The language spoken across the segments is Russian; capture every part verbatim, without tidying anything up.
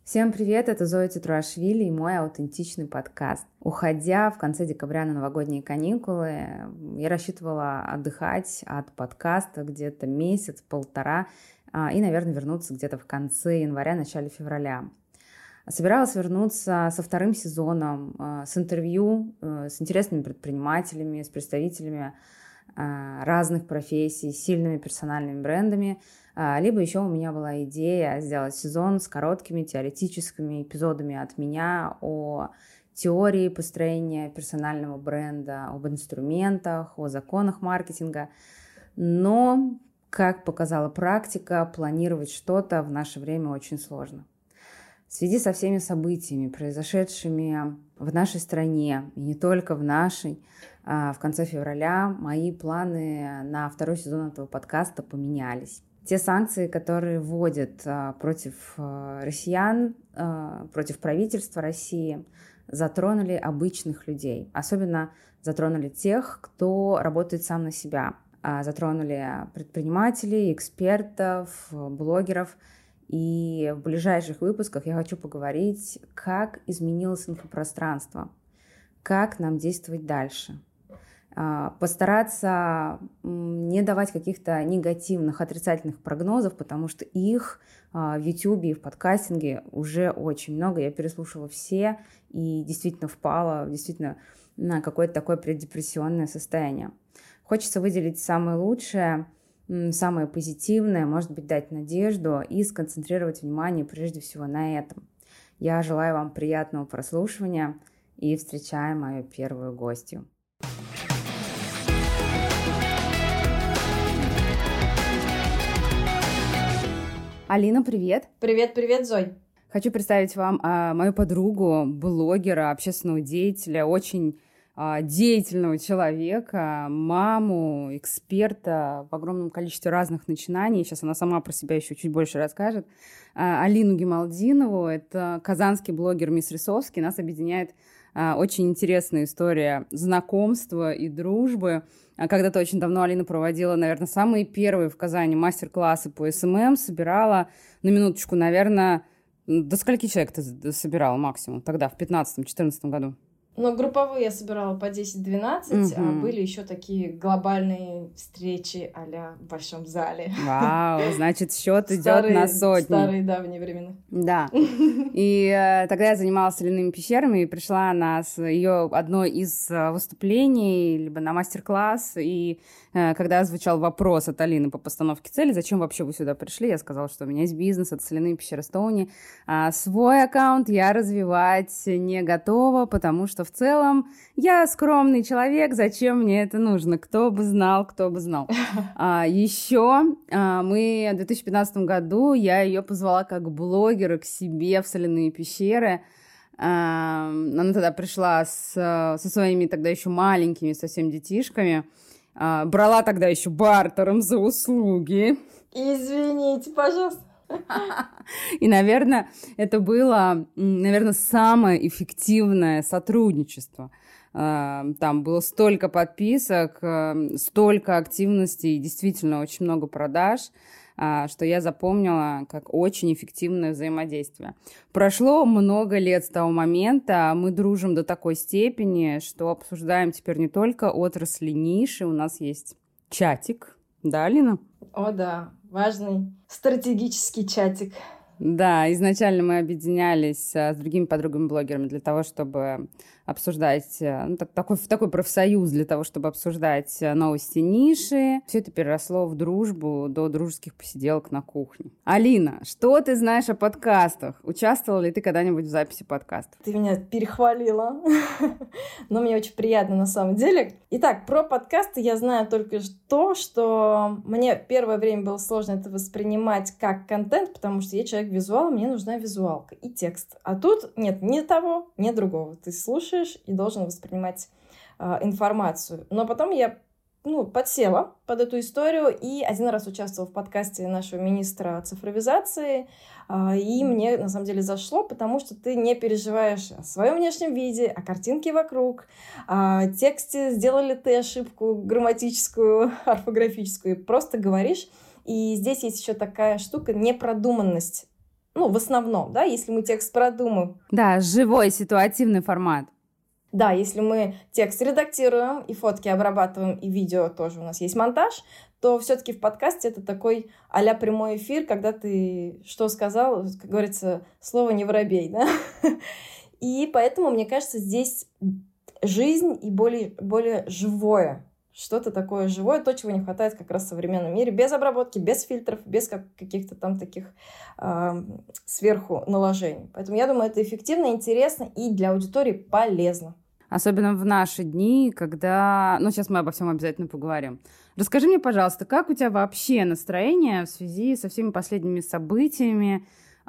Всем привет, это Зоя Тетруашвили и мой аутентичный подкаст. Уходя в конце декабря на новогодние каникулы, я рассчитывала отдыхать от подкаста где-то месяц-полтора и, наверное, вернуться где-то в конце января, начале февраля. Собиралась вернуться со вторым сезоном, с интервью с интересными предпринимателями, с представителями разных профессий, с сильными персональными брендами. Либо еще у меня была идея сделать сезон с короткими теоретическими эпизодами от меня о теории построения персонального бренда, об инструментах, о законах маркетинга. Но, как показала практика, планировать что-то в наше время очень сложно. В связи со всеми событиями, произошедшими в нашей стране, и не только в нашей, в конце февраля мои планы на второй сезон этого подкаста поменялись. Те санкции, которые вводят против россиян, против правительства России, затронули обычных людей. Особенно затронули тех, кто работает сам на себя. Затронули предпринимателей, экспертов, блогеров. И в ближайших выпусках я хочу поговорить, как изменилось инфопространство, как нам действовать дальше. Постараться не давать каких-то негативных, отрицательных прогнозов, потому что их в Ютубе и в подкастинге уже очень много. Я переслушала все и действительно впала в действительно на какое-то такое преддепрессионное состояние. Хочется выделить самое лучшее, самое позитивное, может быть, дать надежду и сконцентрировать внимание прежде всего на этом. Я желаю вам приятного прослушивания и встречаю мою первую гостью. Алина, привет! Привет-привет, Зой! Хочу представить вам а, мою подругу, блогера, общественного деятеля, очень а, деятельного человека, маму, эксперта в огромном количестве разных начинаний. Сейчас она сама про себя еще чуть больше расскажет. А, Алину Гималдинову, это казанский блогер Мисс Рисовский. Нас объединяет а, очень интересная история знакомства и дружбы. Когда-то очень давно Алина проводила, наверное, самые первые в Казани мастер-классы по эс эм эм, собирала, на минуточку, наверное, до скольки человек ты собирала максимум тогда, в пятнадцатом-четырнадцатом году? Ну, групповые я собирала по десять-двенадцать, угу. А были еще такие глобальные встречи а-ля в большом зале. Вау, значит, счет идет на сотни. Старые давние времена. Да. И э, тогда я занималась соляными пещерами, и пришла на ее одно из выступлений, либо на мастер-класс, и э, когда звучал вопрос от Алины по постановке цели, зачем вообще вы сюда пришли, я сказала, что у меня есть бизнес, это соляные пещеры Стоуни. А свой аккаунт я развивать не готова, потому что в целом я скромный человек, зачем мне это нужно? Кто бы знал, кто бы знал. А, еще а, мы в две тысячи пятнадцатом году, я ее позвала как блогера к себе в соляные пещеры. А, она тогда пришла с, со своими тогда еще маленькими совсем детишками. А, брала тогда еще бартером за услуги. Извините, пожалуйста. И, наверное, это было, наверное, самое эффективное сотрудничество. Там было столько подписок, столько активностей, действительно очень много продаж, что я запомнила как очень эффективное взаимодействие. Прошло много лет с того момента, мы дружим до такой степени, что обсуждаем теперь не только отрасли ниши, у нас есть чатик, да, Алина? О, да. Важный стратегический чатик. Да, изначально мы объединялись с другими подругами-блогерами для того, чтобы обсуждать, ну, такой, такой профсоюз для того, чтобы обсуждать новости ниши. Все это переросло в дружбу до дружеских посиделок на кухне. Алина, что ты знаешь о подкастах? Участвовала ли ты когда-нибудь в записи подкастов? Ты меня перехвалила, но мне очень приятно на самом деле. Итак, про подкасты я знаю только то, что мне первое время было сложно это воспринимать как контент, потому что я человек визуал, мне нужна визуалка и текст. А тут нет ни того, ни другого. Ты слушаешь и должен воспринимать э, информацию. Но потом я ну, подсела под эту историю и один раз участвовала в подкасте нашего министра цифровизации. Э, и мне на самом деле зашло, потому что ты не переживаешь о своем внешнем виде, о картинке вокруг, о тексте, сделали ты ошибку грамматическую, орфографическую, и просто говоришь. И здесь есть еще такая штука — непродуманность ну, в основном, да, если мы текст продумаем. Да, живой ситуативный формат. Да, если мы текст редактируем, и фотки обрабатываем, и видео тоже у нас есть монтаж, то все-таки в подкасте это такой а-ля прямой эфир, когда ты что сказал, как говорится, слово не воробей, да? И поэтому, мне кажется, здесь жизнь и более, более живое, что-то такое живое, то, чего не хватает как раз в современном мире, без обработки, без фильтров, без как, каких-то там таких э, сверху наложений. Поэтому я думаю, это эффективно, интересно и для аудитории полезно. Особенно в наши дни, когда... Ну, сейчас мы обо всем обязательно поговорим. Расскажи мне, пожалуйста, как у тебя вообще настроение в связи со всеми последними событиями,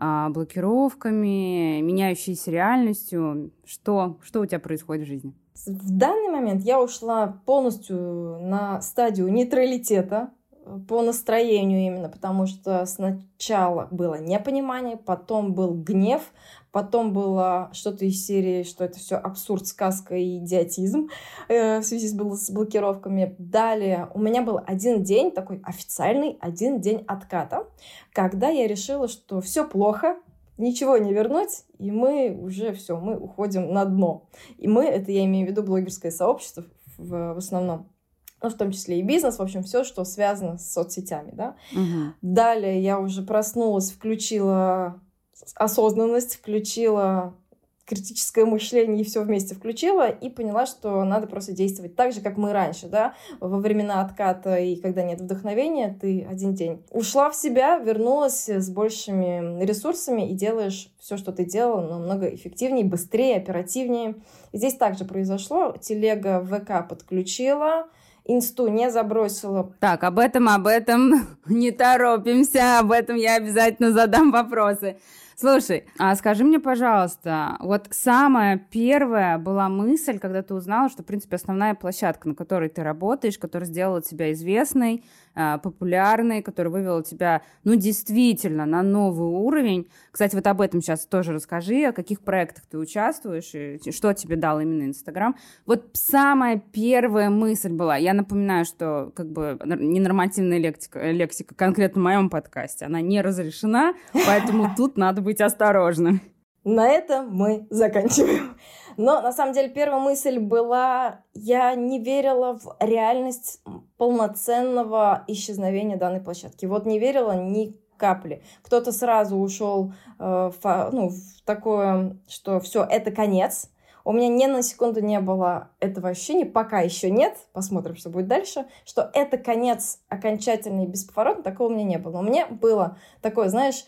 блокировками, меняющейся реальностью? Что, что у тебя происходит в жизни? В данный момент я ушла полностью на стадию нейтралитета по настроению именно, потому что сначала было непонимание, потом был гнев, потом было что-то из серии, что это все абсурд, сказка и идиотизм э, в связи с, с блокировками. Далее у меня был один день, такой официальный один день отката, когда я решила, что все плохо, ничего не вернуть, и мы уже все, мы уходим на дно. И мы, это я имею в виду блогерское сообщество в, в основном. Ну, в том числе и бизнес, в общем, все, что связано с соцсетями, да. Угу. Далее я уже проснулась, включила осознанность, включила критическое мышление и все вместе включила и поняла, что надо просто действовать так же, как мы раньше, да, во времена отката и когда нет вдохновения, ты один день ушла в себя, вернулась с большими ресурсами и делаешь все, что ты делала, намного эффективнее, быстрее, оперативнее. И здесь также произошло, телега в ВК подключила, инсту не забросила. Так, об этом, об этом не торопимся, об этом я обязательно задам вопросы. Слушай, а скажи мне, пожалуйста, вот самая первая была мысль, когда ты узнала, что, в принципе, основная площадка, на которой ты работаешь, которая сделала тебя известной, популярной, которая вывела тебя, ну, действительно, на новый уровень. Кстати, вот об этом сейчас тоже расскажи, о каких проектах ты участвуешь, и что тебе дал именно Инстаграм. Вот самая первая мысль была, я напоминаю, что как бы ненормативная лексика, лексика конкретно в моем подкасте, она не разрешена, поэтому тут надо быть осторожным. На этом мы заканчиваем. Но, на самом деле, первая мысль была, я не верила в реальность полноценного исчезновения данной площадки. Вот не верила ни капли. Кто-то сразу ушел э, в, ну, в такое, что все, это конец. У меня ни на секунду не было этого ощущения, пока еще нет, посмотрим, что будет дальше, что это конец окончательный и бесповоротный, такого у меня не было. У меня было такое, знаешь,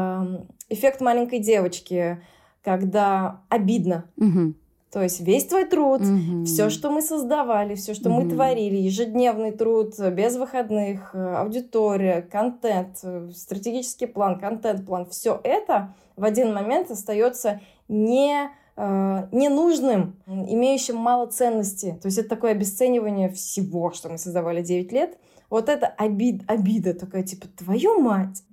эффект маленькой девочки, когда обидно. Угу. То есть весь твой труд, угу. все, что мы создавали, все, что угу. мы творили, ежедневный труд, без выходных, аудитория, контент, стратегический план, контент-план, все это в один момент остается не... ненужным, имеющим мало ценности. То есть это такое обесценивание всего, что мы создавали девять лет. Вот это обид, обида такая, типа, твою мать.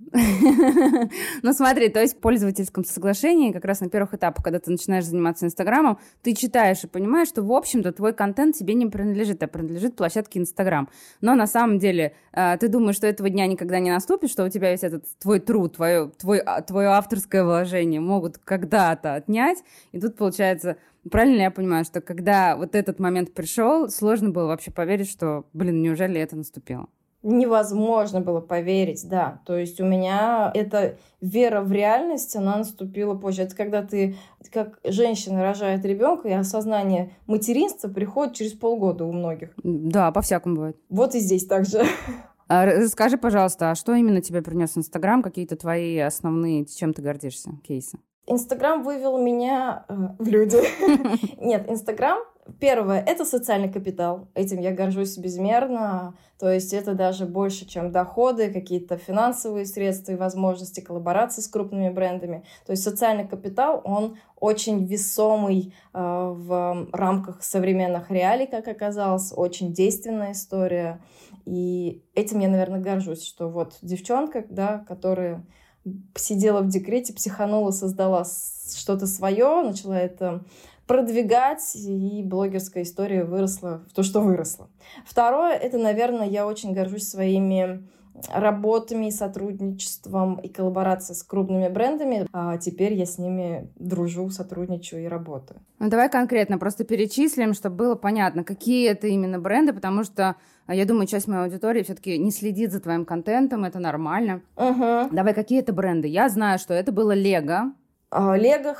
Ну смотри, то есть в пользовательском соглашении, как раз на первых этапах, когда ты начинаешь заниматься Инстаграмом, ты читаешь и понимаешь, что, в общем-то, твой контент тебе не принадлежит, а принадлежит площадке Инстаграм. Но на самом деле ты думаешь, что этого дня никогда не наступит, что у тебя есть этот твой труд, твое, твой, твое авторское вложение могут когда-то отнять, и тут получается... Правильно ли я понимаю, что когда вот этот момент пришел, сложно было вообще поверить, что, блин, неужели это наступило? Невозможно было поверить, да. То есть у меня эта вера в реальность, она наступила позже. Это когда ты, как женщина рожает ребенка, и осознание материнства приходит через полгода у многих. Да, по-всякому бывает. Вот и здесь так же. Расскажи, пожалуйста, а что именно тебе принес Инстаграм? Какие-то твои основные, чем ты гордишься, кейсы? Инстаграм вывел меня э, в люди. Нет, Инстаграм, первое, это социальный капитал. Этим я горжусь безмерно. То есть это даже больше, чем доходы, какие-то финансовые средства и возможности коллаборации с крупными брендами. То есть социальный капитал, он очень весомый э, в рамках современных реалий, как оказалось. Очень действенная история. И этим я, наверное, горжусь, что вот девчонка, да, которая... сидела в декрете, психанула, создала что-то свое, начала это продвигать, и блогерская история выросла в то, что выросла. Второе, это, наверное, я очень горжусь своими работами, сотрудничеством и коллаборацией с крупными брендами. А теперь я с ними дружу, сотрудничаю и работаю. Ну, давай конкретно просто перечислим, чтобы было понятно, какие это именно бренды, потому что я думаю, часть моей аудитории все-таки не следит за твоим контентом, это нормально. Угу. Давай, какие это бренды? Я знаю, что это было Лего. Лего,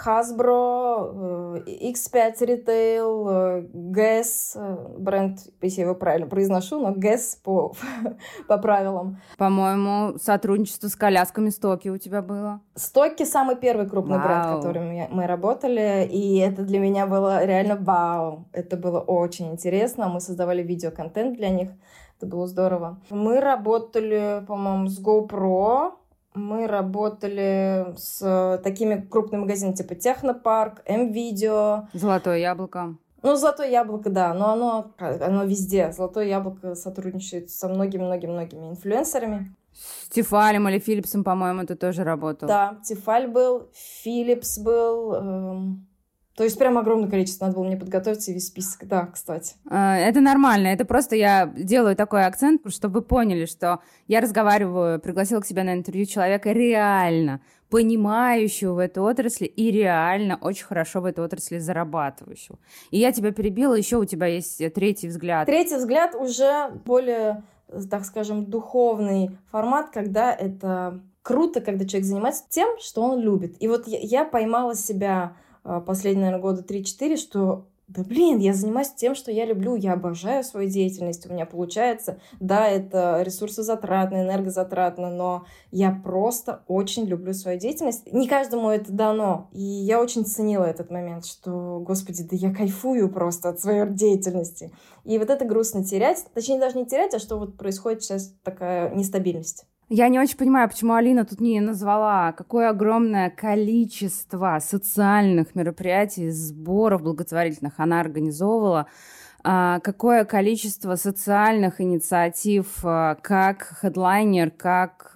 Hasbro, икс пять Retail, Guess, бренд, если я его правильно произношу, но Guess по, по правилам. По-моему, сотрудничество с колясками Стоки у тебя было. Стоки — самый первый крупный вау. бренд, которым мы работали, и это для меня было реально вау. Это было очень интересно, мы создавали видеоконтент для них, это было здорово. Мы работали, по-моему, с GoPro. Мы работали с такими крупными магазинами, типа Технопарк, М-Видео. Золотое яблоко. Ну, Золотое яблоко, да, но оно, оно везде. Золотое яблоко сотрудничает со многими-многими-многими инфлюенсерами. С Тефалем или Филипсом, по-моему, ты тоже работал. Да, Тефаль был, Philips был... Эм... То есть прям огромное количество, надо было мне подготовиться и весь список. Да, кстати. Это нормально, это просто я делаю такой акцент, чтобы вы поняли, что я разговариваю, пригласила к себе на интервью человека реально понимающего в этой отрасли и реально очень хорошо в этой отрасли зарабатывающего. И я тебя перебила, еще у тебя есть третий взгляд. Третий взгляд уже более, так скажем, духовный формат, когда это круто, когда человек занимается тем, что он любит. И вот я, я поймала себя... последние, наверное, года три-четыре, что, да блин, я занимаюсь тем, что я люблю, я обожаю свою деятельность, у меня получается. Да, это ресурсозатратно, энергозатратно, но я просто очень люблю свою деятельность. Не каждому это дано, и я очень ценила этот момент, что, господи, да я кайфую просто от своей деятельности. И вот это грустно терять, точнее, даже не терять, а что вот происходит сейчас такая нестабильность. Я не очень понимаю, почему Алина тут не назвала, какое огромное количество социальных мероприятий, сборов благотворительных она организовывала, какое количество социальных инициатив, как хедлайнер, как,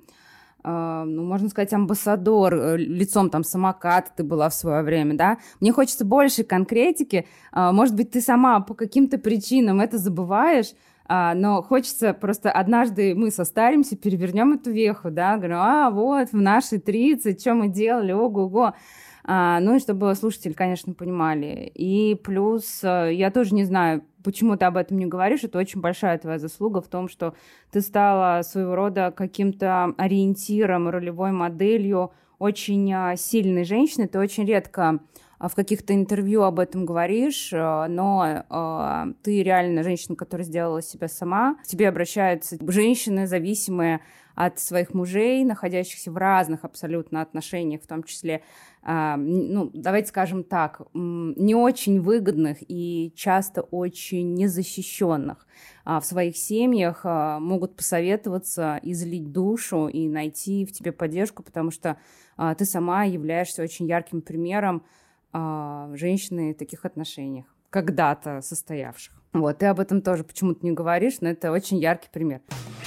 ну, можно сказать, амбассадор, лицом там самоката ты была в свое время, да? Мне хочется больше конкретики, может быть, ты сама по каким-то причинам это забываешь, но хочется просто однажды мы состаримся, перевернем эту веху, да, говорю, а вот в наши тридцать, что мы делали, ого-го. А, ну и чтобы слушатели, конечно, понимали. И плюс я тоже не знаю, почему ты об этом не говоришь, это очень большая твоя заслуга в том, что ты стала своего рода каким-то ориентиром, ролевой моделью очень сильной женщины. Ты очень редко в каких-то интервью об этом говоришь, но э, ты реально женщина, которая сделала себя сама. К тебе обращаются женщины, зависимые от своих мужей, находящихся в разных абсолютно отношениях, в том числе, э, ну, давайте скажем так, не очень выгодных и часто очень незащищенных. А в своих семьях э, могут посоветоваться, излить душу и найти в тебе поддержку, потому что э, ты сама являешься очень ярким примером женщины в таких отношениях, когда-то состоявших. Вот, ты об этом тоже почему-то не говоришь, но это очень яркий пример.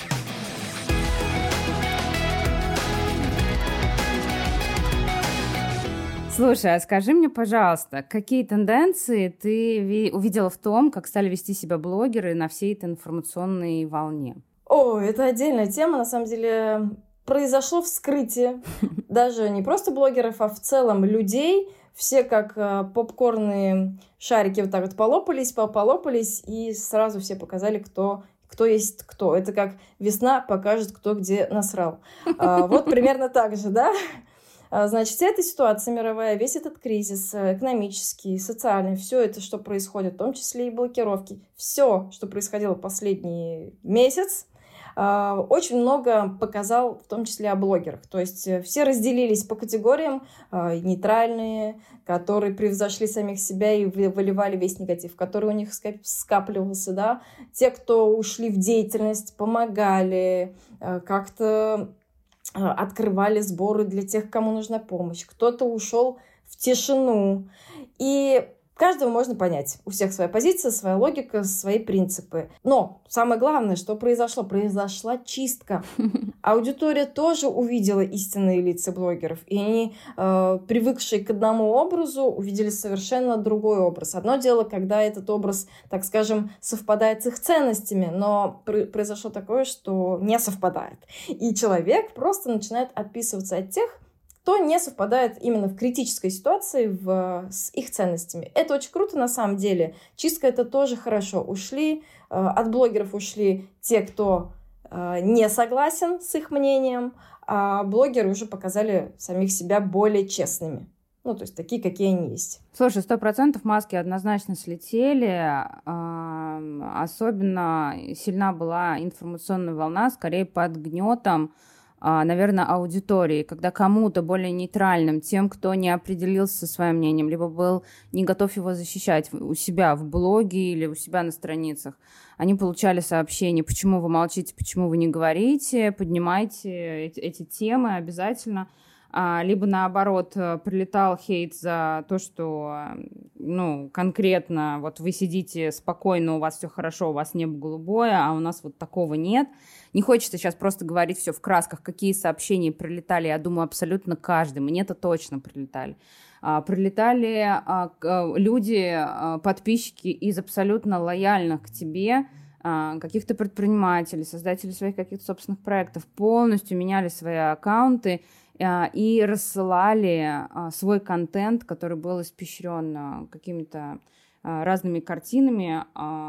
Слушай, а скажи мне, пожалуйста, какие тенденции ты увидела в том, как стали вести себя блогеры на всей этой информационной волне? О, это отдельная тема, на самом деле. Произошло вскрытие даже не просто блогеров, а в целом людей. Все как э, попкорные шарики вот так вот полопались, полопались, и сразу все показали, кто, кто есть кто. Это как весна покажет, кто где насрал. А, вот примерно так же, да? А, значит, вся эта ситуация мировая, весь этот кризис экономический, социальный, все это, что происходит, в том числе и блокировки, все, что происходило последний месяц, очень много показал, в том числе о блогерах. То есть все разделились по категориям: нейтральные, которые превзошли самих себя и выливали весь негатив, который у них скапливался, да. Те, кто ушли в деятельность, помогали, как-то открывали сборы для тех, кому нужна помощь. Кто-то ушел в тишину. И каждого можно понять. У всех своя позиция, своя логика, свои принципы. Но самое главное, что произошло? Произошла чистка. Аудитория тоже увидела истинные лица блогеров. И они, э, привыкшие к одному образу, увидели совершенно другой образ. Одно дело, когда этот образ, так скажем, совпадает с их ценностями, но пр- произошло такое, что не совпадает. И человек просто начинает отписываться от тех, кто не совпадает именно в критической ситуации в, с их ценностями. Это очень круто на самом деле. Чистка — это тоже хорошо. Ушли, э, от блогеров ушли те, кто э, не согласен с их мнением, а блогеры уже показали самих себя более честными. Ну, то есть такие, какие они есть. Слушай, сто процентов маски однозначно слетели. Особенно сильна была информационная волна, скорее под гнетом, наверное, аудитории, когда кому-то более нейтральным, тем, кто не определился со своим мнением, либо был не готов его защищать у себя в блоге или у себя на страницах, они получали сообщения, почему вы молчите, почему вы не говорите, поднимайте эти, эти темы обязательно. Либо, наоборот, прилетал хейт за то, что, ну, конкретно вот вы сидите спокойно, у вас все хорошо, у вас небо голубое, а у нас вот такого нет. Не хочется сейчас просто говорить все в красках, какие сообщения прилетали. Я думаю, абсолютно каждый. Мне-то точно прилетали. Прилетали люди, подписчики из абсолютно лояльных к тебе каких-то предпринимателей, создателей своих каких-то собственных проектов, полностью меняли свои аккаунты и рассылали свой контент, который был испещрен какими-то разными картинами,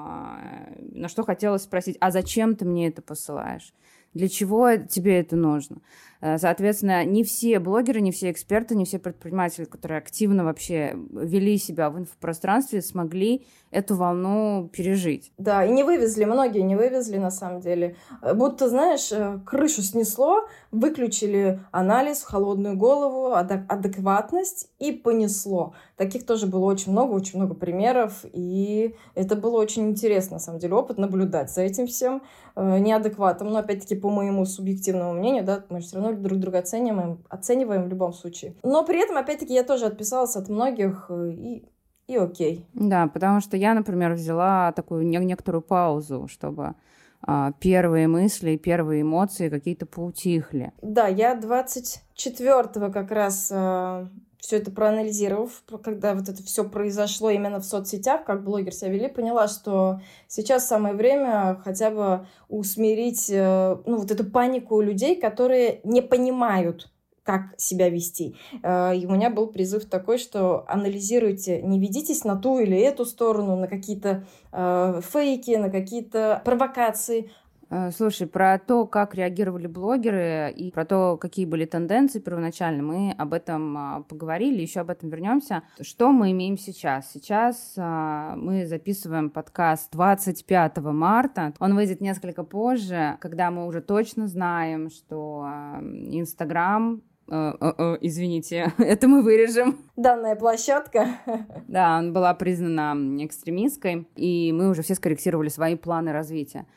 на что хотелось спросить: а зачем ты мне это посылаешь? Для чего тебе это нужно? Соответственно, не все блогеры, не все эксперты, не все предприниматели, которые активно вообще вели себя в инфопространстве, смогли эту волну пережить. Да, и не вывезли, многие не вывезли на самом деле. Будто, знаешь, крышу снесло, выключили анализ, холодную голову, адек- адекватность и понесло. Таких тоже было очень много, очень много примеров, и это было очень интересно, на самом деле, опыт наблюдать за этим всем неадекватом. Но, опять-таки, по моему субъективному мнению, да, мы же все равно друг друга оцениваем, оцениваем в любом случае. Но при этом, опять-таки, я тоже отписалась от многих, и, и окей. Да, потому что я, например, взяла такую некоторую паузу, чтобы а, первые мысли, первые эмоции какие-то поутихли. Да, я двадцать четвёртого как раз а, все это проанализировав, когда вот это все произошло именно в соцсетях, как блогер себя вели, поняла, что сейчас самое время хотя бы усмирить ну, вот эту панику у людей, которые не понимают, как себя вести. И у меня был призыв такой, что анализируйте, не ведитесь на ту или эту сторону, на какие-то э, фейки, на какие-то провокации. Слушай, про то, как реагировали блогеры и про то, какие были тенденции первоначально, мы об этом поговорили, еще об этом вернемся. Что мы имеем сейчас? Сейчас мы записываем подкаст двадцать пятого марта. Он выйдет несколько позже, когда мы уже точно знаем, что Инстаграм... Извините, это мы вырежем. Данная площадка. Да, она была признана экстремистской, и мы уже все скорректировали свои планы развития.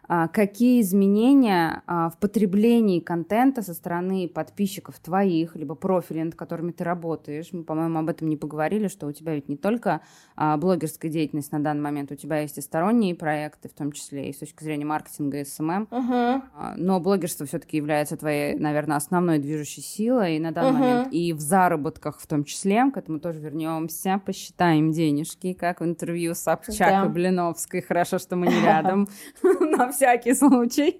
Какие изменения в потреблении контента со стороны подписчиков твоих, либо профилей, над которыми ты работаешь? Мы, по-моему, об этом не поговорили, что у тебя ведь не только блогерская деятельность на данный момент, у тебя есть и сторонние проекты, в том числе и с точки зрения маркетинга и эс эм эм. Uh-huh. Но блогерство все-таки является твоей, наверное, основной движущей силой на данный uh-huh. момент, и в заработках в том числе. К этому тоже вернемся, посчитаем денежки, как в интервью с Собчак yeah. и Блиновской. Хорошо, что мы не рядом. На всякий случай.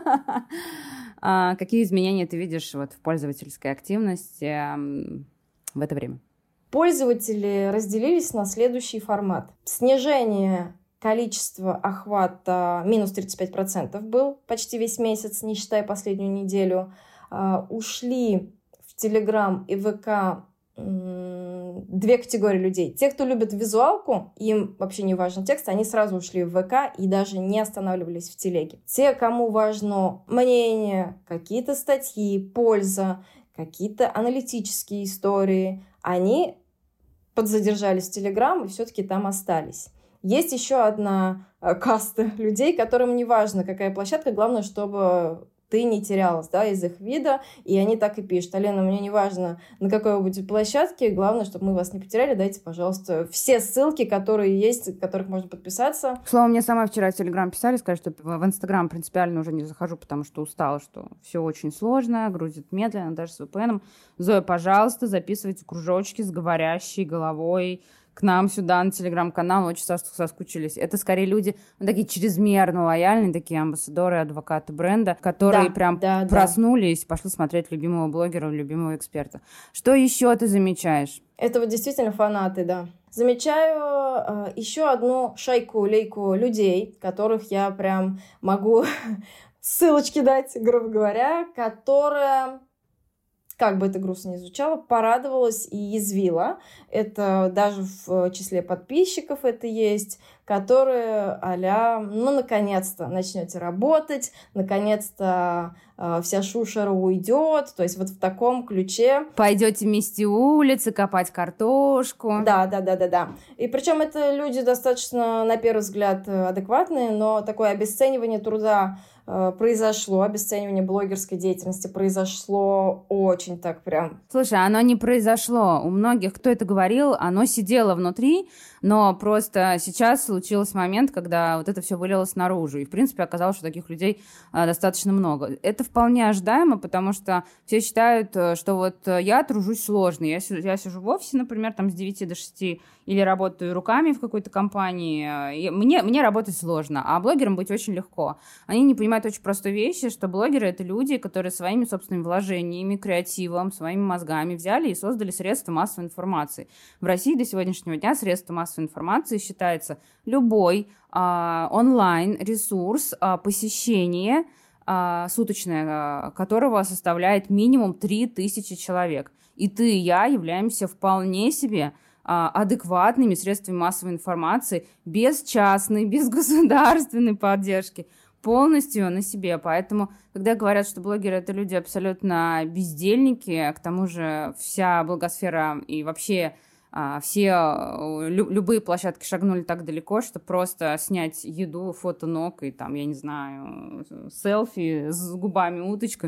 Какие изменения ты видишь вот в пользовательской активности в это время? Пользователи разделились на следующий формат. Снижение количества охвата минус тридцать пять процентов был почти весь месяц, не считая последнюю неделю. Ушли в Телеграм и ВК две категории людей. Те, кто любит визуалку, им вообще не важен текст, они сразу ушли в ВК и даже не останавливались в телеге. Те, кому важно мнение, какие-то статьи, польза, какие-то аналитические истории, они подзадержались в Телеграм и все-таки там остались. Есть еще одна каста людей, которым не важно, какая площадка, главное, чтобы ты не терялась, да, из их вида, и они так и пишут: Алена, мне не важно, на какой вы будете площадке, главное, чтобы мы вас не потеряли, дайте, пожалуйста, все ссылки, которые есть, от которых можно подписаться. К слову, мне сама вчера в Телеграм писали, сказали, что в Инстаграм принципиально уже не захожу, потому что устала, что все очень сложно, грузит медленно, даже с ви пи эн. Зоя, пожалуйста, записывайте кружочки с говорящей головой к нам сюда на Телеграм-канал, очень соскучились. Это скорее люди ну, такие чрезмерно лояльные, такие амбассадоры, адвокаты бренда, которые да, прям да, проснулись, да. пошли смотреть любимого блогера, любимого эксперта. Что еще ты замечаешь? Это вот действительно фанаты, да. Замечаю э, еще одну шайку-лейку людей, которых я прям могу ссылочки дать, грубо говоря, которая... как бы это грустно ни звучало, порадовалась и язвила. Это даже в числе подписчиков это есть, которые а-ля, ну, наконец-то начнете работать, наконец-то э, вся шушера уйдет, то есть вот в таком ключе. Пойдете вместе улицы, копать картошку. Да, да, да, да, да. И причем это люди достаточно, на первый взгляд, адекватные, но такое обесценивание труда произошло, обесценивание блогерской деятельности произошло очень так прям. Слушай, оно не произошло. У многих, кто это говорил, оно сидело внутри, но просто сейчас случился момент, когда вот это все вылилось наружу. И, в принципе, оказалось, что таких людей а, достаточно много. Это вполне ожидаемо, потому что все считают, что вот я тружусь сложно. Я, я сижу в офисе, например, там с девяти до шести, или работаю руками в какой-то компании. И мне, мне работать сложно, а блогерам быть очень легко. Они не понимают очень простой вещи, что блогеры — это люди, которые своими собственными вложениями, креативом, своими мозгами взяли и создали средства массовой информации. В России до сегодняшнего дня средства массовой информации считается любой а, онлайн-ресурс, а, посещение а, суточное, а, которого составляет минимум три тысячи человек. И ты, и я являемся вполне себе а, адекватными средствами массовой информации, без частной, без государственной поддержки, полностью на себе. Поэтому, когда говорят, что блогеры — это люди абсолютно бездельники, к тому же вся блогосфера и вообще а, все лю- любые площадки шагнули так далеко, что просто снять еду, фото ног и там, я не знаю, селфи с губами уточкой,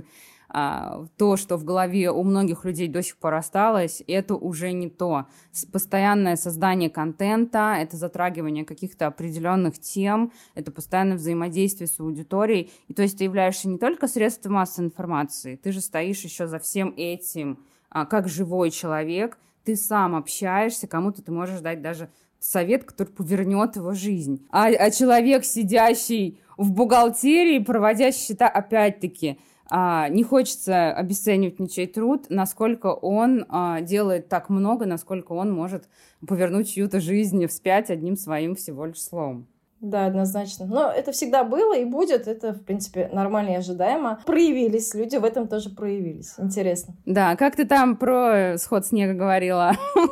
а, то, что в голове у многих людей до сих пор осталось, это уже не то. Постоянное создание контента, это затрагивание каких-то определенных тем, это постоянное взаимодействие с аудиторией. И то есть ты являешься не только средством массовой информации, ты же стоишь еще за всем этим, а, как живой человек, ты сам общаешься, кому-то ты можешь дать даже совет, который повернет его жизнь. А, а человек, сидящий в бухгалтерии, проводящий счета, опять-таки, А, не хочется обесценивать ничей труд, насколько он а, делает так много, насколько он может повернуть чью-то жизнь вспять одним своим всего лишь словом. Да, однозначно. Но это всегда было и будет. Это, в принципе, нормально и ожидаемо. Проявились. Люди в этом тоже проявились. Интересно. Да, как ты там про сход снега говорила?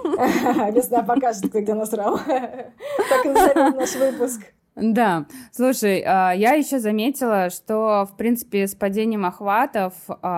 Весна покажет, кто где насрал. Так и назовем наш выпуск. Да, слушай, я еще заметила, что, в принципе, с падением охватов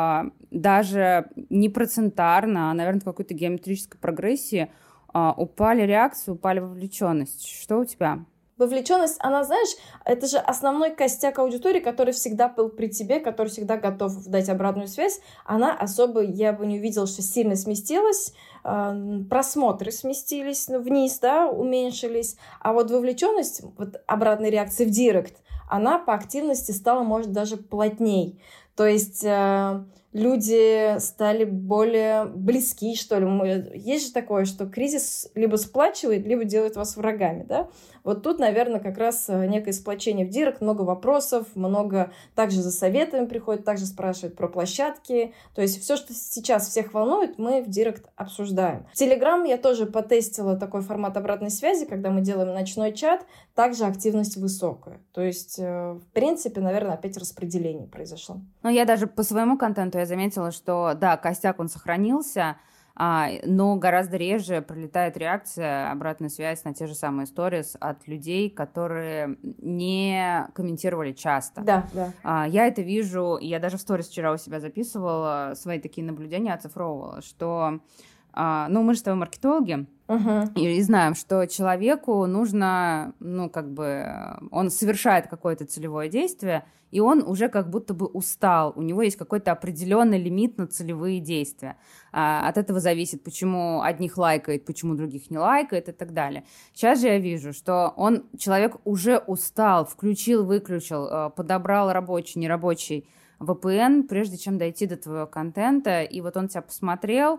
даже не процентарно, а, наверное, в какой-то геометрической прогрессии упали реакции, упали вовлеченность. Что у тебя? Вовлеченность, она, знаешь, это же основной костяк аудитории, который всегда был при тебе, который всегда готов дать обратную связь. Она особо, я бы не увидела, что сильно сместилась. Просмотры сместились вниз, да, уменьшились. А вот вовлеченность, вот обратной реакции в директ, она по активности стала, может, даже плотней. То есть э, люди стали более близки, что ли. Мы... Есть же такое, что кризис либо сплачивает, либо делает вас врагами, да? Вот тут, наверное, как раз некое сплочение в директ, много вопросов, много также за советами приходят, также спрашивают про площадки. То есть все, что сейчас всех волнует, мы в директ обсуждаем. В Телеграм я тоже потестила такой формат обратной связи, когда мы делаем ночной чат, также активность высокая. То есть, в принципе, наверное, опять распределение произошло. Ну, я даже по своему контенту я заметила, что, да, костяк, он сохранился, а, но гораздо реже прилетает реакция, обратная связь на те же самые сторис от людей, которые не комментировали часто. Да, да. А, я это вижу, я даже в сторис вчера у себя записывала, свои такие наблюдения оцифровывала, что А, ну, мы же с тобой маркетологи, uh-huh. и, и знаем, что человеку нужно, ну, как бы, он совершает какое-то целевое действие, и он уже как будто бы устал, у него есть какой-то определенный лимит на целевые действия. А, от этого зависит, почему одних лайкает, почему других не лайкает и так далее. Сейчас же я вижу, что он, человек уже устал, включил, выключил, подобрал рабочий, нерабочий ви пи эн, прежде чем дойти до твоего контента, и вот он тебя посмотрел,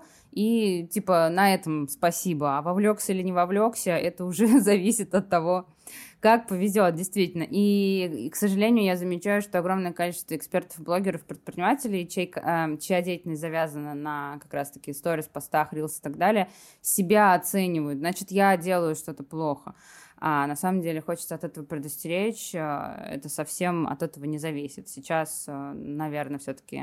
и типа на этом спасибо, а вовлекся или не вовлекся, это уже зависит от того, как повезет, действительно. И, и, к сожалению, я замечаю, что огромное количество экспертов, блогеров, предпринимателей, чей, э, чья деятельность завязана на как раз-таки сторис, постах, рилс и так далее, себя оценивают. Значит, я делаю что-то плохо. А на самом деле хочется от этого предостеречь, это совсем от этого не зависит. Сейчас, наверное, все-таки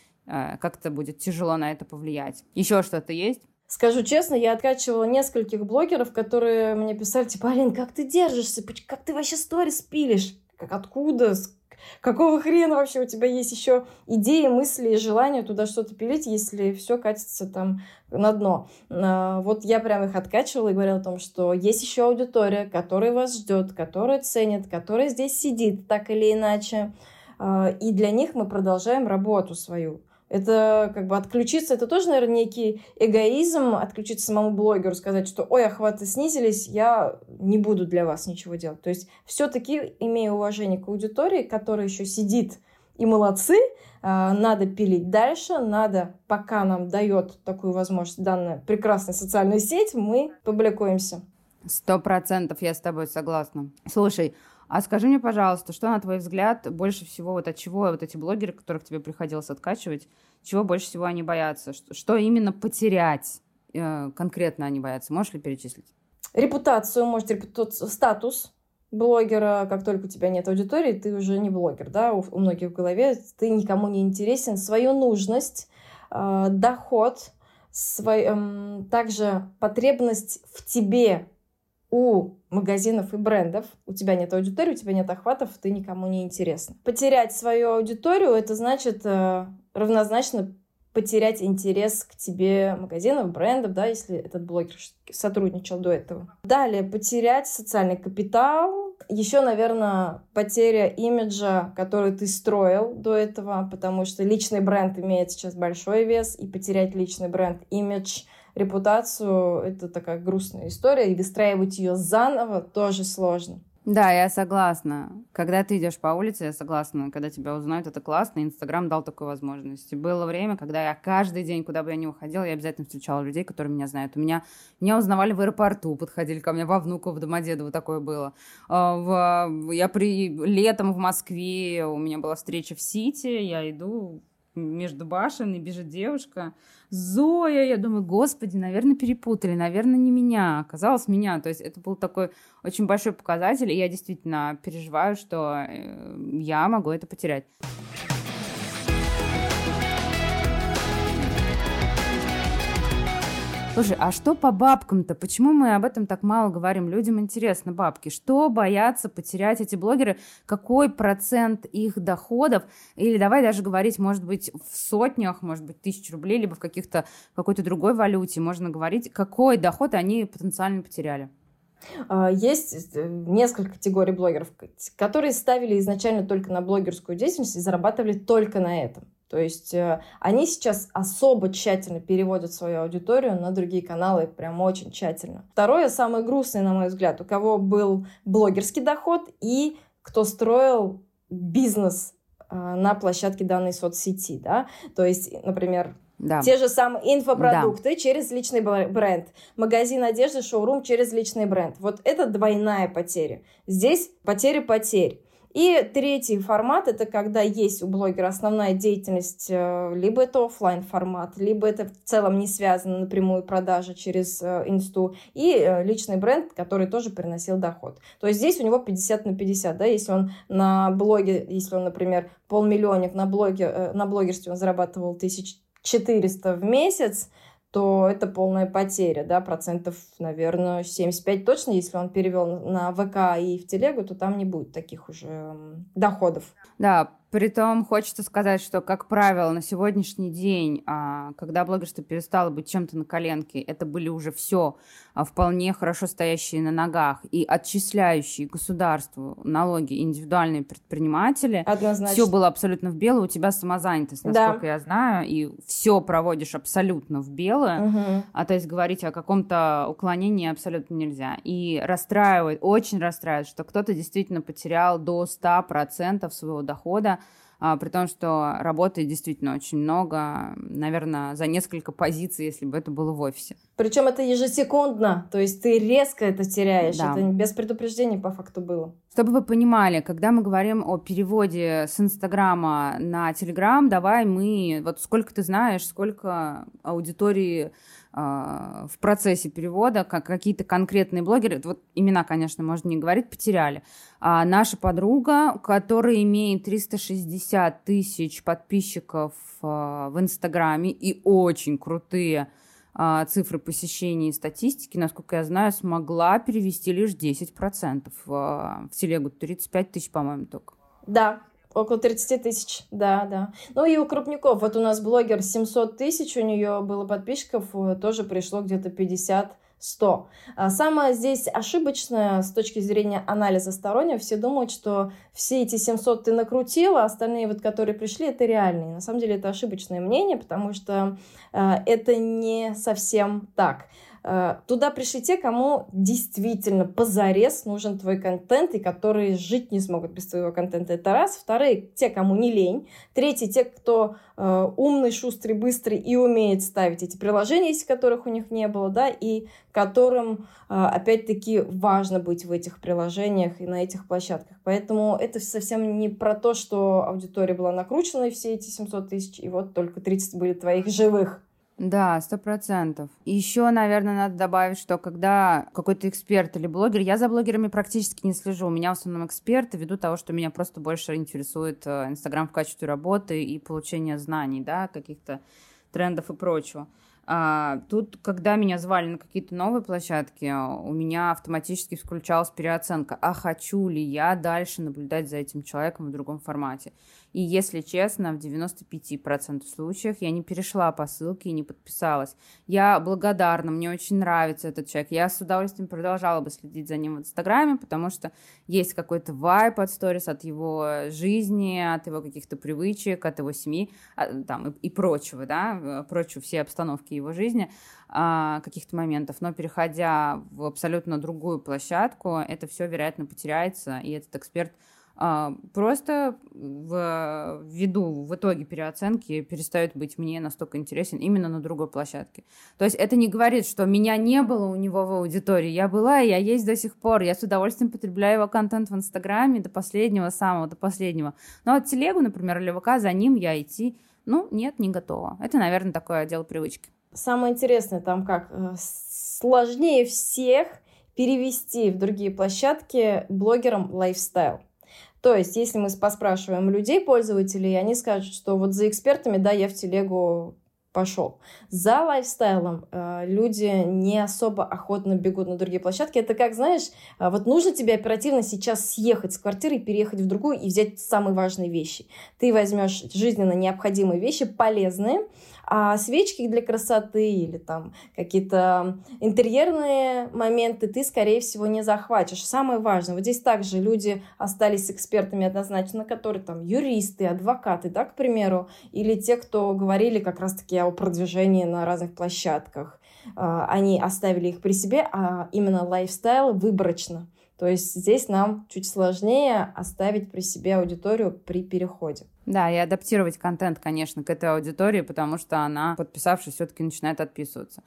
как-то будет тяжело на это повлиять. Еще что-то есть? Скажу честно, я откачивала нескольких блогеров, которые мне писали, типа, Алин, как ты держишься? Как ты вообще сторис пилишь? Как откуда? Какого хрена вообще у тебя есть еще идеи, мысли и желание туда что-то пилить, если все катится там на дно? Вот я прям их откачивала и говорила о том, что есть еще аудитория, которая вас ждет, которая ценит, которая здесь сидит так или иначе. И для них мы продолжаем работу свою. Это как бы отключиться, это тоже, наверное, некий эгоизм, отключиться самому блогеру, сказать, что ой, охваты снизились, я не буду для вас ничего делать. То есть все-таки, имея уважение к аудитории, которая еще сидит, и молодцы, надо пилить дальше, надо, пока нам дает такую возможность данная прекрасная социальная сеть, мы публикуемся. Сто процентов я с тобой согласна. Слушай, а скажи мне, пожалуйста, что, на твой взгляд, больше всего, вот от чего вот эти блогеры, которых тебе приходилось откачивать, чего больше всего они боятся? Что, что именно потерять э, конкретно они боятся? Можешь ли перечислить? Репутацию, может, репута... статус блогера. Как только у тебя нет аудитории, ты уже не блогер, да? У, у многих в голове ты никому не интересен. Свою нужность, э, доход, свой, э, также потребность в тебе, у магазинов и брендов. У тебя нет аудитории, у тебя нет охватов, ты никому не интересен. Потерять свою аудиторию, это значит э, равнозначно потерять интерес к тебе магазинов, брендов, да, если этот блогер сотрудничал до этого. Далее, потерять социальный капитал. Еще, наверное, потеря имиджа, который ты строил до этого, потому что личный бренд имеет сейчас большой вес, и потерять личный бренд, имидж, репутацию — это такая грустная история, и выстраивать ее заново тоже сложно. Да, я согласна. Когда ты идешь по улице, я согласна. Когда тебя узнают, это классно. Инстаграм дал такую возможность. И было время, когда я каждый день, куда бы я ни уходила, я обязательно встречала людей, которые меня знают. У меня, меня узнавали в аэропорту, подходили ко мне во Внуково, в Домодедово, такое было. В, я при, летом в Москве, у меня была встреча в Сити, я иду между башен, и бежит девушка. Зоя, я думаю, господи, наверное, перепутали, наверное, не меня. Оказалось, меня. То есть это был такой очень большой показатель, и я действительно переживаю, что я могу это потерять. Слушай, а что по бабкам-то? Почему мы об этом так мало говорим? Людям интересно бабки. Что боятся потерять эти блогеры? Какой процент их доходов? Или давай даже говорить, может быть, в сотнях, может быть, тысяч рублей, либо в каких-то, в какой-то другой валюте. Можно говорить, какой доход они потенциально потеряли. Есть несколько категорий блогеров, которые ставили изначально только на блогерскую деятельность и зарабатывали только на этом. То есть э, они сейчас особо тщательно переводят свою аудиторию на другие каналы, прям очень тщательно. Второе, самое грустное, на мой взгляд, у кого был блогерский доход и кто строил бизнес э, на площадке данной соцсети, да, то есть, например, да. Те же самые инфопродукты да. через личный бренд, магазин одежды, шоурум через личный бренд. Вот это двойная потеря. Здесь потеря потерь. И третий формат — это когда есть у блогера основная деятельность, либо это офлайн формат, либо это в целом не связано напрямую продажа через инсту, и личный бренд, который тоже приносил доход. То есть здесь у него пятьдесят на пятьдесят, да, если он на блоге, если он, например, полмиллионник на, блоге, на блогерстве он зарабатывал тысячу четыреста в месяц, то это полная потеря, да, процентов, наверное, семьдесят пять точно, если он перевел на ВК и в телегу, то там не будет таких уже доходов. Да, Притом хочется сказать, что, как правило, на сегодняшний день, когда блогерство перестало быть чем-то на коленке, это были уже все вполне хорошо стоящие на ногах и отчисляющие государству налоги индивидуальные предприниматели. Однозначно. Все было абсолютно в белую. У тебя самозанятость, насколько да. я знаю, и все проводишь абсолютно в белое. Угу. А то есть говорить о каком-то уклонении абсолютно нельзя. И расстраивает, очень расстраивает, что кто-то действительно потерял до ста процентов своего дохода, а, при том, что работает действительно очень много, наверное, за несколько позиций, если бы это было в офисе. Причем это ежесекундно, то есть ты резко это теряешь, да. Это без предупреждения по факту было. Чтобы вы понимали, когда мы говорим о переводе с Инстаграма на Телеграм, давай мы, вот сколько ты знаешь, сколько аудитории в процессе перевода, как какие-то конкретные блогеры, вот имена, конечно, можно не говорить, потеряли. А наша подруга, которая имеет триста шестьдесят тысяч подписчиков в Инстаграме и очень крутые цифры посещений и статистики, насколько я знаю, смогла перевести лишь десять процентов в телегу, тридцать пять тысяч, по-моему, только. Да. Около тридцать тысяч, да, да. Ну и у крупников, вот у нас блогер семьсот тысяч, у нее было подписчиков, тоже пришло где-то пятьдесят-сто. А самое здесь ошибочное с точки зрения анализа стороннего, все думают, что все эти семьсот ты накрутила, а остальные, вот, которые пришли, это реальные. На самом деле это ошибочное мнение, потому что э, это не совсем так. Туда пришли те, кому действительно позарез нужен твой контент, и которые жить не смогут без твоего контента. Это раз. Вторые, те, кому не лень. Третий, те, кто э, умный, шустрый, быстрый и умеет ставить эти приложения, если которых у них не было, да, и которым, э, опять-таки, важно быть в этих приложениях и на этих площадках. Поэтому это совсем не про то, что аудитория была накручена, и все эти семьсот тысяч, и вот только тридцать были твоих живых. Да, сто процентов. Еще, наверное, надо добавить, что когда какой-то эксперт или блогер, я за блогерами практически не слежу, у меня в основном эксперты, ввиду того, что меня просто больше интересует Инстаграм в качестве работы и получения знаний, да, каких-то трендов и прочего. А, тут, когда меня звали на какие-то новые площадки, у меня автоматически включалась переоценка, а хочу ли я дальше наблюдать за этим человеком в другом формате. И, если честно, в девяносто пять процентов случаев я не перешла по ссылке и не подписалась. Я благодарна, мне очень нравится этот человек. Я с удовольствием продолжала бы следить за ним в Инстаграме, потому что есть какой-то вайб от сторис, от его жизни, от его каких-то привычек, от его семьи там, и, и прочего, да, прочего, всей обстановки его жизни, а, каких-то моментов. Но переходя в абсолютно другую площадку, это все, вероятно, потеряется, и этот эксперт а, просто в, ввиду в итоге переоценки перестает быть мне настолько интересен именно на другой площадке. То есть это не говорит, что меня не было у него в аудитории. Я была, и я есть до сих пор. Я с удовольствием потребляю его контент в Инстаграме до последнего, самого до последнего. Но вот телегу, например, или ВК, за ним я идти, ну, нет, не готова. Это, наверное, такое дело привычки. Самое интересное там как, сложнее всех перевести в другие площадки блогерам лайфстайл. То есть, если мы поспрашиваем людей, пользователей, они скажут, что вот за экспертами, да, я в телегу пошел. За лайфстайлом э, люди не особо охотно бегут на другие площадки. Это как, знаешь, э, вот нужно тебе оперативно сейчас съехать с квартиры, переехать в другую и взять самые важные вещи. Ты возьмешь жизненно необходимые вещи, полезные, а свечки для красоты или там какие-то интерьерные моменты ты, скорее всего, не захватишь. Самое важное, вот здесь также люди остались с экспертами однозначно, которые там юристы, адвокаты, да, к примеру, или те, кто говорили как раз-таки о продвижении на разных площадках. Они оставили их при себе, а именно лайфстайл выборочно. То есть здесь нам чуть сложнее оставить при себе аудиторию при переходе. Да, и адаптировать контент, конечно, к этой аудитории, потому что она, подписавшись, все-таки начинает отписываться.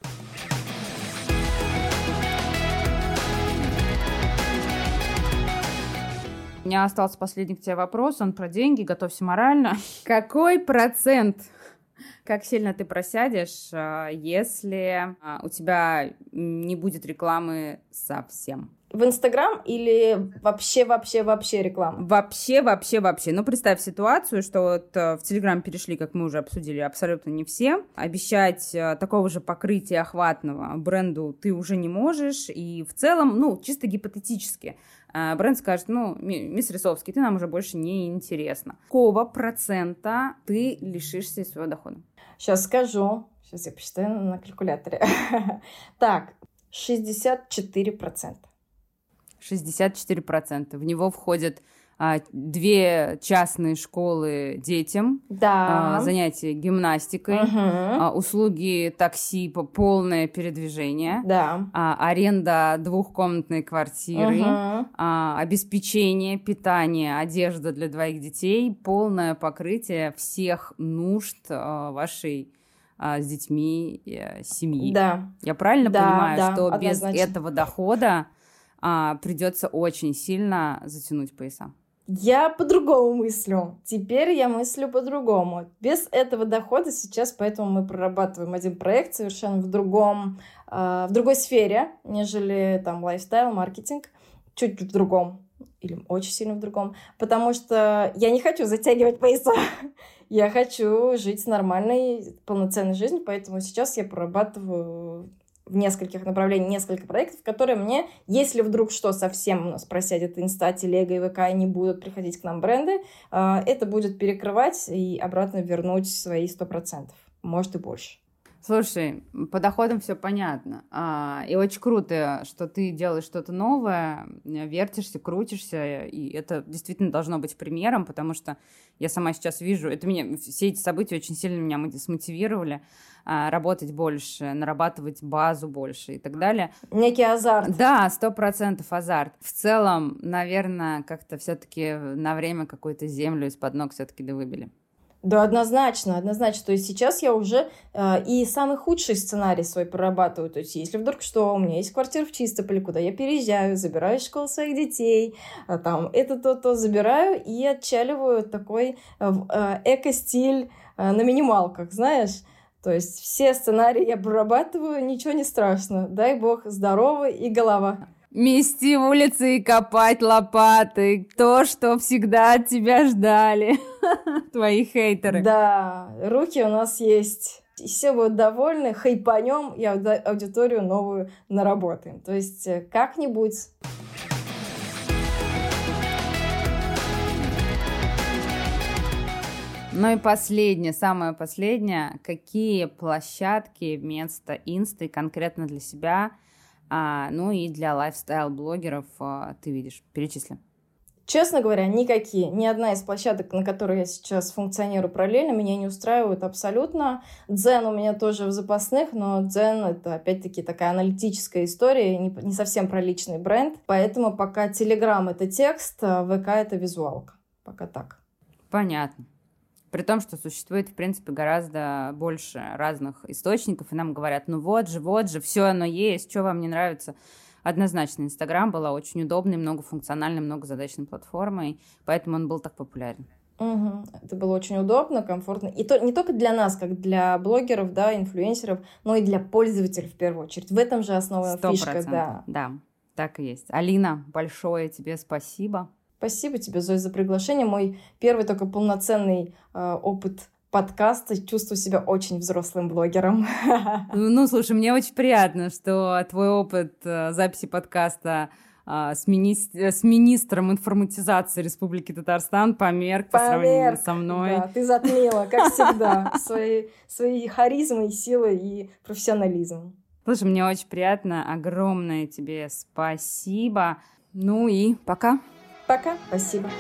У меня остался последний к тебе вопрос, он про деньги, готовься морально. Какой процент, как сильно ты просядешь, если у тебя не будет рекламы совсем? В Инстаграм или вообще-вообще-вообще реклама? Вообще-вообще-вообще. Ну, представь ситуацию, что вот в Телеграм перешли, как мы уже обсудили, абсолютно не все. Обещать такого же покрытия охватного бренду ты уже не можешь. И в целом, ну, чисто гипотетически, бренд скажет, ну, мисс Рисовский, ты нам уже больше не интересна. Какого процента ты лишишься своего дохода? Сейчас скажу. Сейчас я посчитаю на калькуляторе. Так, шестьдесят четыре процента. шестьдесят четыре процента. В него входят а, две частные школы детям, да. а, занятия гимнастикой, угу. а, услуги такси по полное передвижение, да. а, аренда двухкомнатной квартиры, угу. а, обеспечение, питание, одежда для двоих детей, полное покрытие всех нужд а, вашей а, с детьми а, семьи. Да. Я правильно да, понимаю, да, что однозначно. без этого дохода а, придется очень сильно затянуть пояса? Я по-другому мыслю. Теперь я мыслю по-другому. Без этого дохода сейчас, поэтому мы прорабатываем один проект совершенно в другом, э, в другой сфере, нежели там лайфстайл, маркетинг. Чуть в другом. Или очень сильно в другом. Потому что я не хочу затягивать пояса. Я хочу жить нормальной, полноценной жизнью. Поэтому сейчас я прорабатываю в нескольких направлениях, несколько проектов, которые мне, если вдруг что совсем у нас просядет Инста, Телега и ВК, и не будут приходить к нам бренды, это будет перекрывать и обратно вернуть свои сто процентов, может и больше. Слушай, по доходам все понятно. А, и очень круто, что ты делаешь что-то новое, вертишься, крутишься, и это действительно должно быть примером, потому что я сама сейчас вижу, это меня, все эти события очень сильно меня смотивировали а, работать больше, нарабатывать базу больше и так далее. Некий азарт. Да, сто процентов азарт. В целом, наверное, как-то все-таки на время какую-то землю из-под ног все-таки довыбили. Да, однозначно, однозначно. То есть сейчас я уже э, и самый худший сценарий свой прорабатываю. То есть если вдруг что, у меня есть квартира в Чистополе, куда я переезжаю, забираю из школы своих детей, а там это то-то забираю и отчаливаю такой э, эко-стиль э, на минималках, знаешь. То есть все сценарии я прорабатываю, ничего не страшно. Дай бог здоровый и голова. Мести улицы и копать лопатой. То, что всегда от тебя ждали. Твои хейтеры. Да, руки у нас есть. И все будут довольны, хайпанем и аудиторию новую наработаем. То есть как-нибудь... Ну и последнее, самое последнее. Какие площадки вместо инсты конкретно для себя... А, ну и для лайфстайл-блогеров а, ты видишь? Перечисли. Честно говоря, никакие. Ни одна из площадок, на которой я сейчас функционирую параллельно, меня не устраивает абсолютно. Дзен у меня тоже в запасных, но Дзен — это опять-таки такая аналитическая история, не, не совсем про личный бренд. Поэтому пока Телеграм — это текст, а ВК — это визуалка. Пока так. Понятно. При том, что существует, в принципе, гораздо больше разных источников, и нам говорят, ну вот же, вот же, все оно есть, что вам не нравится. Однозначно, Инстаграм была очень удобной, многофункциональной, многозадачной платформой, поэтому он был так популярен. Угу. Это было очень удобно, комфортно. И то, не только для нас, как для блогеров, да, инфлюенсеров, но и для пользователей в первую очередь. В этом же основная фишка. Да. Да, так и есть. Алина, большое тебе спасибо. Спасибо тебе, Зоя, за приглашение. Мой первый только полноценный э, опыт подкаста. Чувствую себя очень взрослым блогером. Ну, слушай, мне очень приятно, что твой опыт э, записи подкаста э, с, мини... с министром информатизации Республики Татарстан померк по сравнению со мной. Да, ты затмила, как всегда, своей, своей харизмой, силой и профессионализмом. Слушай, мне очень приятно. Огромное тебе спасибо. Ну и пока. Пока, спасибо.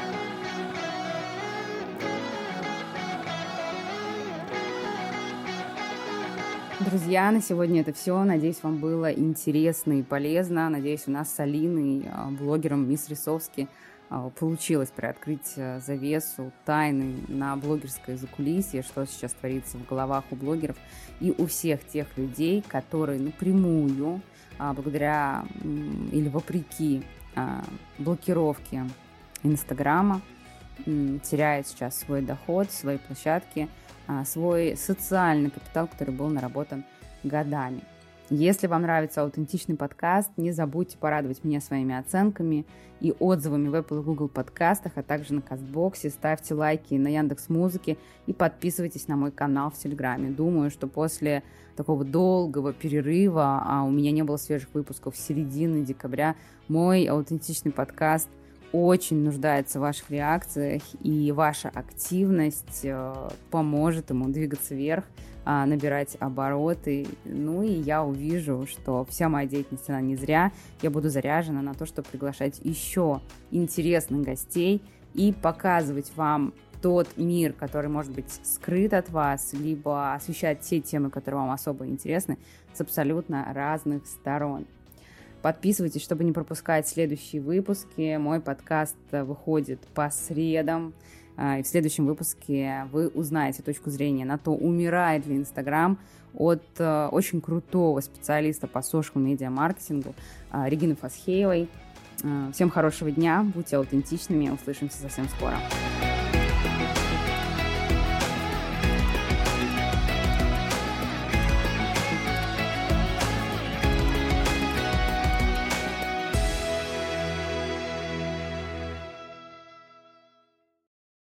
Друзья, на сегодня это все. Надеюсь, вам было интересно и полезно. Надеюсь, у нас с Алиной, блогером мисс Рисовски, получилось приоткрыть завесу тайны на блогерское закулисье, что сейчас творится в головах у блогеров и у всех тех людей, которые напрямую, благодаря или вопреки блокировки Инстаграма, теряет сейчас свой доход, свои площадки, свой социальный капитал, который был наработан годами. Если вам нравится аутентичный подкаст, не забудьте порадовать меня своими оценками и отзывами в Apple и Google подкастах, а также на Кастбоксе. Ставьте лайки на Яндекс.Музыке и подписывайтесь на мой канал в Телеграме. Думаю, что после такого долгого перерыва, а у меня не было свежих выпусков с середины декабря, мой аутентичный подкаст очень нуждается в ваших реакциях, и ваша активность поможет ему двигаться вверх, набирать обороты. Ну и я увижу, что вся моя деятельность, она не зря. Я буду заряжена на то, чтобы приглашать еще интересных гостей и показывать вам тот мир, который может быть скрыт от вас, либо освещать те темы, которые вам особо интересны, с абсолютно разных сторон. Подписывайтесь, чтобы не пропускать следующие выпуски. Мой подкаст выходит по средам. И в следующем выпуске вы узнаете точку зрения на то, умирает ли Инстаграм, от очень крутого специалиста по social-медиа-маркетингу Регины Фасхеевой. Всем хорошего дня, будьте аутентичными, услышимся совсем скоро.